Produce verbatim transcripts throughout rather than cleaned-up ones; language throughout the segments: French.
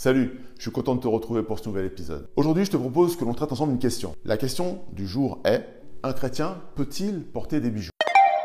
Salut, je suis content de te retrouver pour ce nouvel épisode. Aujourd'hui, je te propose que l'on traite ensemble une question. La question du jour est, un chrétien peut-il porter des bijoux ?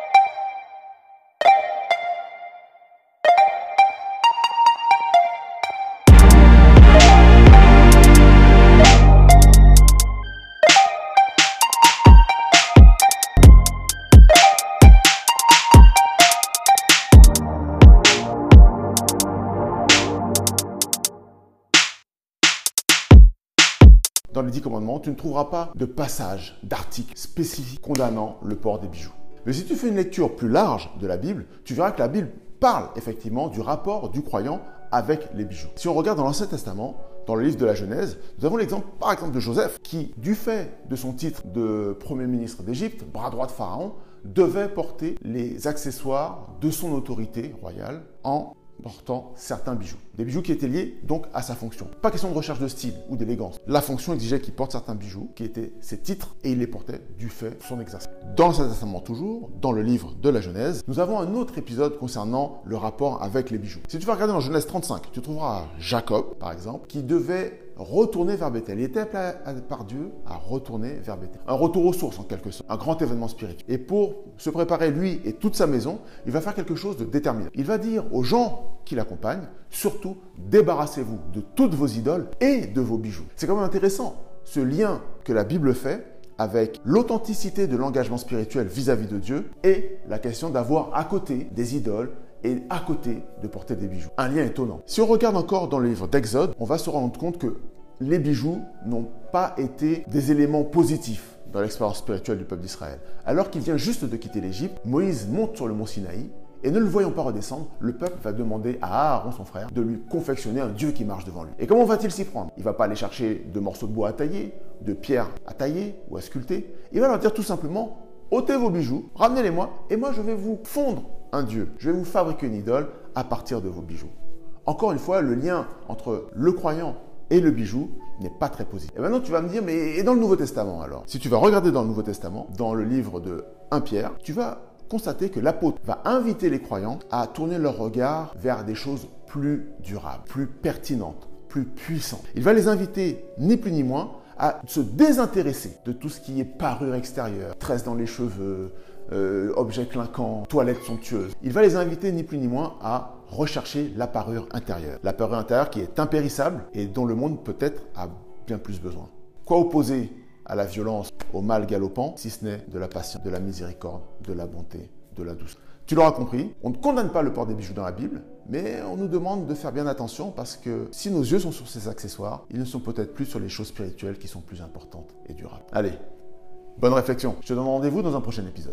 Dans les dix commandements, tu ne trouveras pas de passage, d'article spécifique condamnant le port des bijoux. Mais si tu fais une lecture plus large de la Bible, tu verras que la Bible parle effectivement du rapport du croyant avec les bijoux. Si on regarde dans l'Ancien Testament, dans le livre de la Genèse, nous avons l'exemple par exemple de Joseph qui, du fait de son titre de Premier ministre d'Égypte, bras droit de Pharaon, devait porter les accessoires de son autorité royale en portant certains bijoux. Des bijoux qui étaient liés donc à sa fonction. Pas question de recherche de style ou d'élégance. La fonction exigeait qu'il porte certains bijoux qui étaient ses titres et il les portait du fait de son exercice. Dans l'Ancien Testament toujours, dans le livre de la Genèse, nous avons un autre épisode concernant le rapport avec les bijoux. Si tu vas regarder dans Genèse trente-cinq, tu trouveras Jacob, par exemple, qui devait retourner vers Bethel. Il était appelé par Dieu à retourner vers Bethel. Un retour aux sources en quelque sorte, un grand événement spirituel. Et pour se préparer lui et toute sa maison, il va faire quelque chose de déterminant. Il va dire aux gens qui l'accompagnent, surtout débarrassez-vous de toutes vos idoles et de vos bijoux. C'est quand même intéressant, ce lien que la Bible fait avec l'authenticité de l'engagement spirituel vis-à-vis de Dieu et la question d'avoir à côté des idoles et à côté de porter des bijoux. Un lien étonnant. Si on regarde encore dans le livre d'Exode, on va se rendre compte que les bijoux n'ont pas été des éléments positifs dans l'expérience spirituelle du peuple d'Israël. Alors qu'il vient juste de quitter l'Égypte, Moïse monte sur le mont Sinaï et ne le voyant pas redescendre, le peuple va demander à Aaron, son frère, de lui confectionner un Dieu qui marche devant lui. Et comment va-t-il s'y prendre? Il ne va pas aller chercher de morceaux de bois à tailler, de pierres à tailler ou à sculpter. Il va leur dire tout simplement, ôtez vos bijoux, ramenez-les-moi et moi je vais vous fondre un Dieu. Je vais vous fabriquer une idole à partir de vos bijoux. Encore une fois, le lien entre le croyant et le bijou n'est pas très positif. Et maintenant, tu vas me dire, mais et dans le Nouveau Testament alors? Si tu vas regarder dans le Nouveau Testament, dans le livre de Première Pierre, tu vas constater que l'apôtre va inviter les croyants à tourner leur regard vers des choses plus durables, plus pertinentes, plus puissantes. Il va les inviter, ni plus ni moins, à se désintéresser de tout ce qui est parure extérieure, tresse dans les cheveux, euh, objets clinquants, toilettes somptueuses. Il va les inviter, ni plus ni moins, à rechercher la parure intérieure. La parure intérieure qui est impérissable et dont le monde peut-être a bien plus besoin. Quoi opposer à la violence, au mal galopant, si ce n'est de la patience, de la miséricorde, de la bonté, de la douceur. Tu l'auras compris, on ne condamne pas le port des bijoux dans la Bible, mais on nous demande de faire bien attention parce que si nos yeux sont sur ces accessoires, ils ne sont peut-être plus sur les choses spirituelles qui sont plus importantes et durables. Allez, bonne réflexion. Je te donne rendez-vous dans un prochain épisode.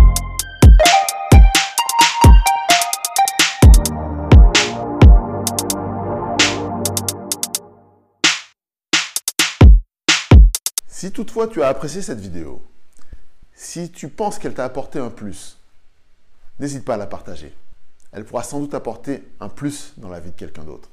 Si toutefois tu as apprécié cette vidéo, si tu penses qu'elle t'a apporté un plus, n'hésite pas à la partager. Elle pourra sans doute apporter un plus dans la vie de quelqu'un d'autre.